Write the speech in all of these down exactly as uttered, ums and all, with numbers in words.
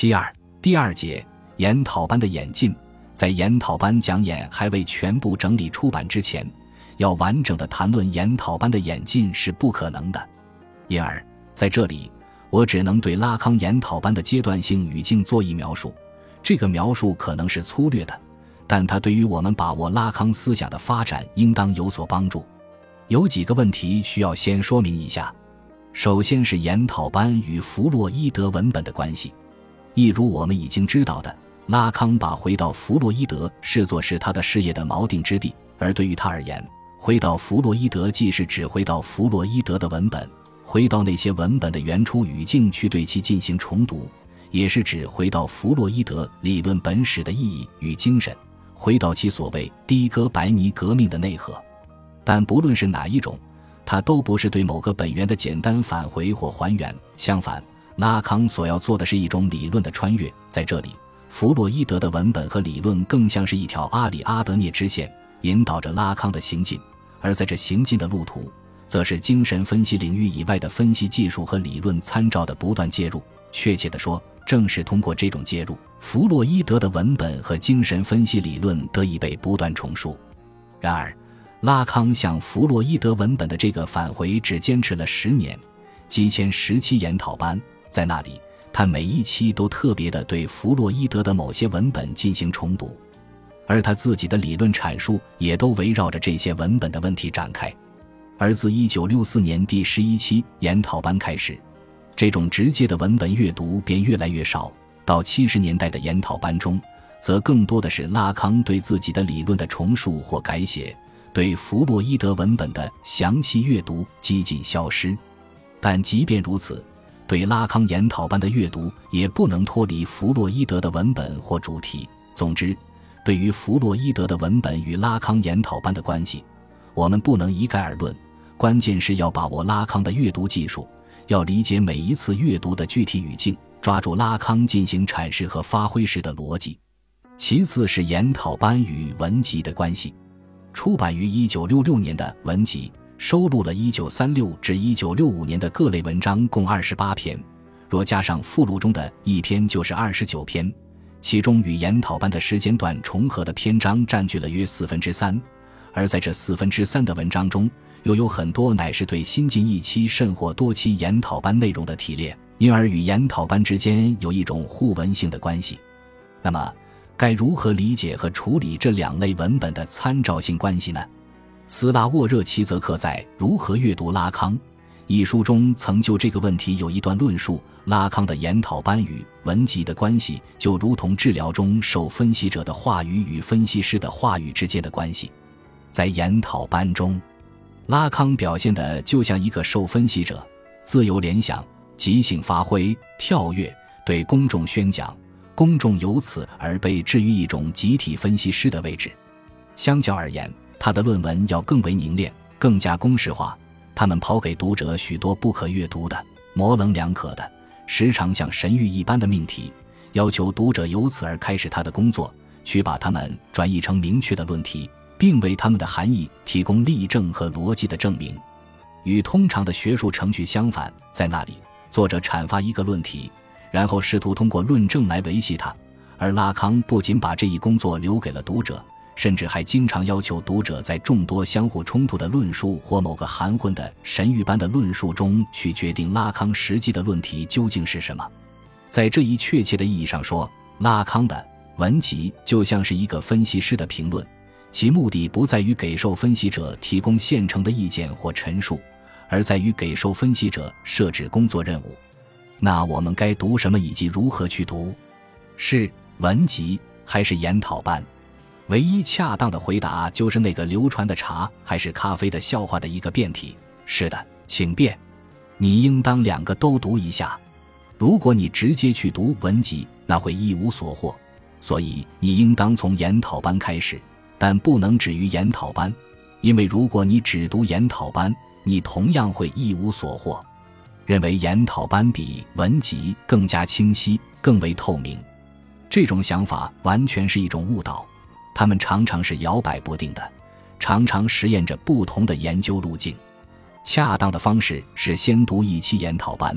其二，第二节研讨班的演进。在研讨班讲演还未全部整理出版之前，要完整的谈论研讨班的演进是不可能的。因而在这里我只能对拉康研讨班的阶段性语境做一描述，这个描述可能是粗略的，但它对于我们把握拉康思想的发展应当有所帮助。有几个问题需要先说明一下。首先是研讨班与弗洛伊德文本的关系。一如我们已经知道的，拉康把回到弗洛伊德视作是他的事业的锚定之地，而对于他而言，回到弗洛伊德既是指回到弗洛伊德的文本，回到那些文本的原初语境去对其进行重读，也是指回到弗洛伊德理论本史的意义与精神，回到其所谓的哥白尼革命的内核。但不论是哪一种，它都不是对某个本源的简单返回或还原，相反，拉康所要做的是一种理论的穿越。在这里，弗洛伊德的文本和理论更像是一条阿里阿德涅支线，引导着拉康的行进，而在这行进的路途，则是精神分析领域以外的分析技术和理论参照的不断介入。确切地说，正是通过这种介入，弗洛伊德的文本和精神分析理论得以被不断重述。然而，拉康向弗洛伊德文本的这个返回只坚持了十年，几前十期研讨班，在那里他每一期都特别地对弗洛伊德的某些文本进行重读，而他自己的理论阐述也都围绕着这些文本的问题展开。而自一九六四年第十一期研讨班开始，这种直接的文本阅读便越来越少，到七十年代的研讨班中，则更多的是拉康对自己的理论的重述或改写，对弗洛伊德文本的详细阅读几近消失。但即便如此，对拉康研讨班的阅读也不能脱离弗洛伊德的文本或主题。总之，对于弗洛伊德的文本与拉康研讨班的关系，我们不能一概而论，关键是要把握拉康的阅读技术，要理解每一次阅读的具体语境，抓住拉康进行阐释和发挥时的逻辑。其次是研讨班与文集的关系。出版于一九六六年的文集收录了一九三六至一九六五年的各类文章共二十八篇，若加上附录中的一篇就是二十九篇，其中与研讨班的时间段重合的篇章占据了约四分之三，而在这四分之三的文章中，又有很多乃是对新近一期甚或多期研讨班内容的提炼，因而与研讨班之间有一种互文性的关系。那么该如何理解和处理这两类文本的参照性关系呢？斯拉沃热齐泽克在《如何阅读拉康》一书中曾就这个问题有一段论述。拉康的研讨班与文集的关系就如同治疗中受分析者的话语与分析师的话语之间的关系。在研讨班中，拉康表现的就像一个受分析者，自由联想，即兴发挥，跳跃，对公众宣讲，公众由此而被置于一种集体分析师的位置。相较而言，他的论文要更为凝练，更加公式化，他们抛给读者许多不可阅读的、模棱两可的、时常像神谕一般的命题，要求读者由此而开始他的工作，去把它们转译成明确的论题，并为它们的含义提供例证和逻辑的证明。与通常的学术程序相反，在那里，作者阐发一个论题，然后试图通过论证来维系它，而拉康不仅把这一工作留给了读者，甚至还经常要求读者在众多相互冲突的论述或某个含混的神谕般的论述中去决定拉康实际的论题究竟是什么。在这一确切的意义上说，拉康的文集就像是一个分析师的评论，其目的不在于给受分析者提供现成的意见或陈述，而在于给受分析者设置工作任务。那我们该读什么以及如何去读？是文集还是研讨班？唯一恰当的回答就是那个流传的茶还是咖啡的笑话的一个辩题。是的，请便。你应当两个都读一下。如果你直接去读文集，那会一无所获，所以你应当从研讨班开始，但不能止于研讨班，因为如果你只读研讨班，你同样会一无所获。认为研讨班比文集更加清晰，更为透明，这种想法完全是一种误导。他们常常是摇摆不定的，常常实验着不同的研究路径。恰当的方式是先读一期研讨班，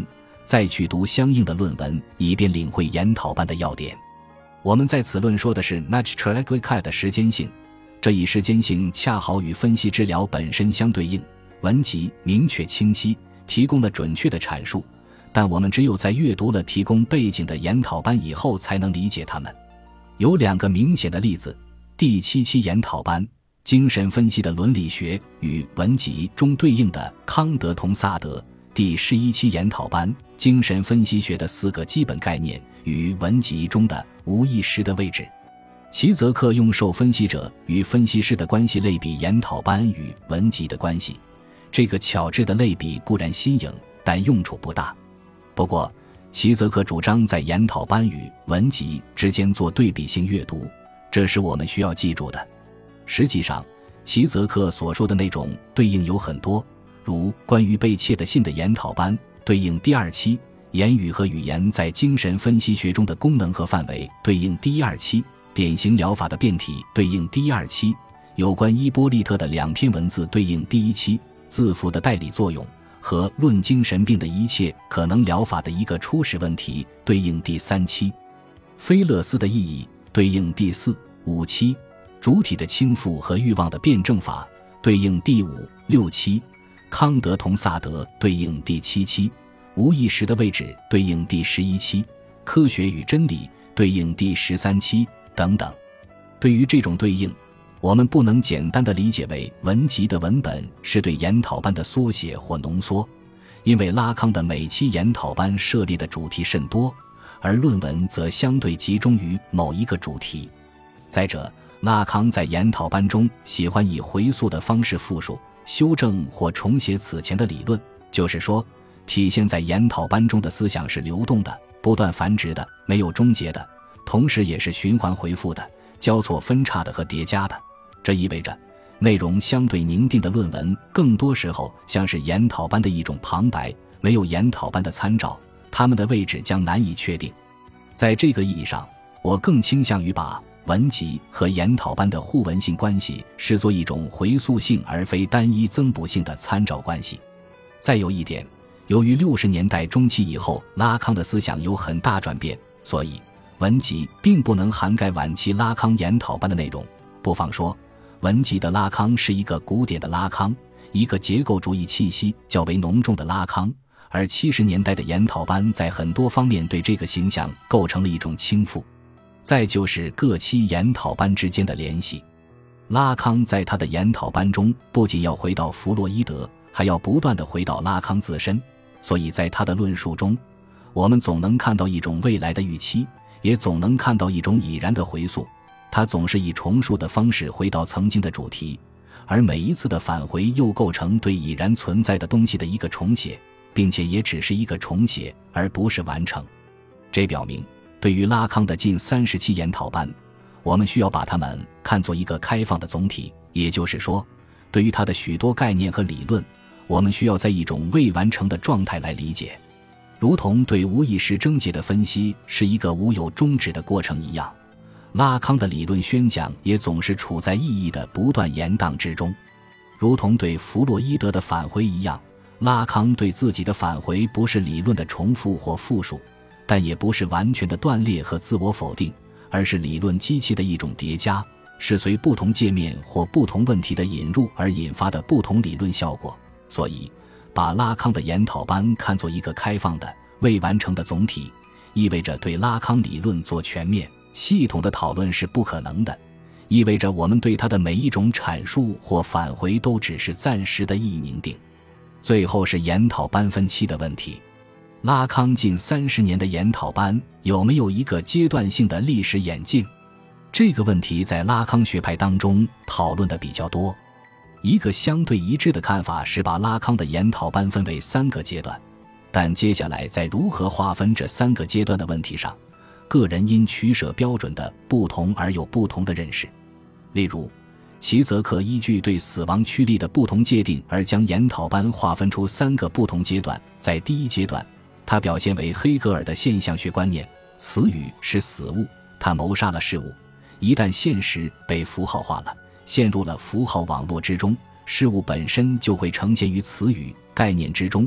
再去读相应的论文，以便领会研讨班的要点。我们在此论说的是 Nachtraglica 的时间性，这一时间性恰好与分析治疗本身相对应。文集明确清晰，提供了准确的阐述，但我们只有在阅读了提供背景的研讨班以后才能理解它们。有两个明显的例子：第七期研讨班精神分析的伦理学与文集中对应的康德同萨德，第十一期研讨班精神分析学的四个基本概念与文集中的无意识的位置。齐泽克用受分析者与分析师的关系类比研讨班与文集的关系，这个巧智的类比固然新颖，但用处不大。不过齐泽克主张在研讨班与文集之间做对比性阅读，这是我们需要记住的。实际上齐泽克所说的那种对应有很多，如关于被窃的信的研讨班对应第二期，言语和语言在精神分析学中的功能和范围对应第一二期，典型疗法的变体对应第一二期，有关伊波利特的两篇文字对应第一期，字符的代理作用和论精神病的一切可能疗法的一个初始问题对应第三期，菲勒斯的意义对应第四、五期，主体的倾覆和欲望的辩证法对应第五、六期，康德同萨德对应第七期，无意识的位置对应第十一期，科学与真理对应第十三期等等。对于这种对应，我们不能简单地理解为文集的文本是对研讨班的缩写或浓缩，因为拉康的每期研讨班设立的主题甚多，而论文则相对集中于某一个主题。再者，拉康在研讨班中喜欢以回溯的方式复述、修正或重写此前的理论，就是说，体现在研讨班中的思想是流动的、不断繁殖的、没有终结的，同时也是循环回复的、交错分叉的和叠加的。这意味着内容相对凝定的论文更多时候像是研讨班的一种旁白，没有研讨班的参照，它们的位置将难以确定。在这个意义上，我更倾向于把文集和研讨班的互文性关系视作一种回溯性而非单一增补性的参照关系。再有一点，由于六十年代中期以后拉康的思想有很大转变，所以文集并不能涵盖晚期拉康研讨班的内容。不妨说，文集的拉康是一个古典的拉康，一个结构主义气息较为浓重的拉康，而七十年代的研讨班在很多方面对这个形象构成了一种倾覆。再就是各期研讨班之间的联系，拉康在他的研讨班中不仅要回到弗洛伊德，还要不断地回到拉康自身，所以在他的论述中，我们总能看到一种未来的预期，也总能看到一种已然的回溯。他总是以重述的方式回到曾经的主题，而每一次的返回又构成对已然存在的东西的一个重写，并且也只是一个重写，而不是完成。这表明，对于拉康的近三十期研讨班，我们需要把它们看作一个开放的总体，也就是说，对于他的许多概念和理论，我们需要在一种未完成的状态来理解，如同对无意识症结的分析是一个无有终止的过程一样。拉康的理论宣讲也总是处在意义的不断延宕之中，如同对弗洛伊德的返回一样，拉康对自己的返回不是理论的重复或复述，但也不是完全的断裂和自我否定，而是理论机器的一种叠加，是随不同界面或不同问题的引入而引发的不同理论效果。所以，把拉康的研讨班看作一个开放的、未完成的总体，意味着对拉康理论做全面、系统的讨论是不可能的，意味着我们对他的每一种阐述或返回都只是暂时的意义凝定。最后是研讨班分期的问题。拉康近三十年的研讨班有没有一个阶段性的历史演进？这个问题在拉康学派当中讨论的比较多。一个相对一致的看法是把拉康的研讨班分为三个阶段，但接下来在如何划分这三个阶段的问题上，个人因取舍标准的不同而有不同的认识。例如，齐泽克依据对死亡驱力的不同界定而将研讨班划分出三个不同阶段。在第一阶段，它表现为黑格尔的现象学观念，词语是死物，它谋杀了事物。一旦现实被符号化了，陷入了符号网络之中，事物本身就会呈现于词语概念之中，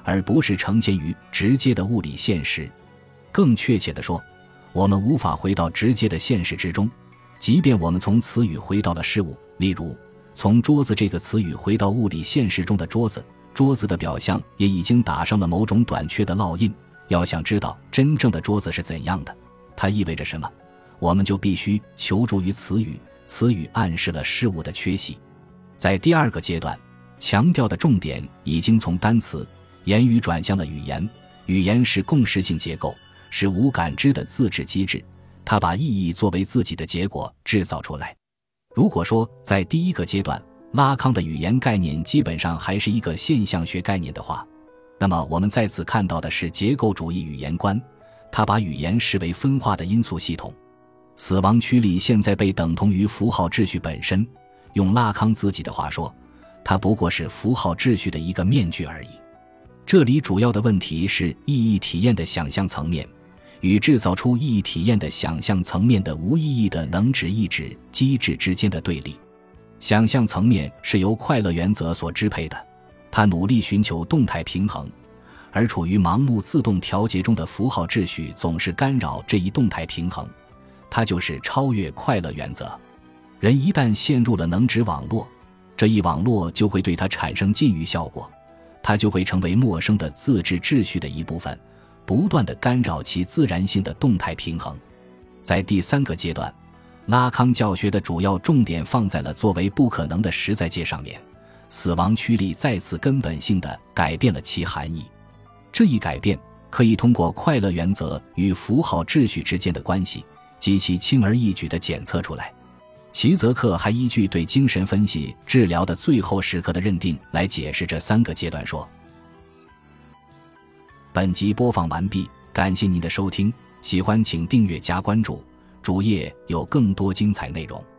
而不是呈现于直接的物理现实。更确切地说，我们无法回到直接的现实之中，即便我们从词语回到了事物，例如从桌子这个词语回到物理现实中的桌子，桌子的表象也已经打上了某种短缺的烙印。要想知道真正的桌子是怎样的，它意味着什么，我们就必须求助于词语，词语暗示了事物的缺席。在第二个阶段，强调的重点已经从单词、言语转向了语言。语言是共识性结构，是无感知的自制机制，它把意义作为自己的结果制造出来。如果说在第一个阶段，拉康的语言概念基本上还是一个现象学概念的话，那么我们在此看到的是结构主义语言观，他把语言视为分化的因素系统。死亡驱力现在被等同于符号秩序本身，用拉康自己的话说，它不过是符号秩序的一个面具而已。这里主要的问题是意义体验的想象层面与制造出意义体验的想象层面的无意义的能指意指机制之间的对立。想象层面是由快乐原则所支配的，它努力寻求动态平衡，而处于盲目自动调节中的符号秩序总是干扰这一动态平衡，它就是超越快乐原则。人一旦陷入了能指网络，这一网络就会对它产生禁欲效果，它就会成为陌生的自治秩序的一部分，不断地干扰其自然性的动态平衡。在第三个阶段，拉康教学的主要重点放在了作为不可能的实在界上面，死亡驱力再次根本性地改变了其含义。这一改变可以通过快乐原则与符号秩序之间的关系极其轻而易举地检测出来。齐泽克还依据对精神分析治疗的最后时刻的认定来解释这三个阶段说。本集播放完毕，感谢您的收听，喜欢请订阅加关注，主页有更多精彩内容。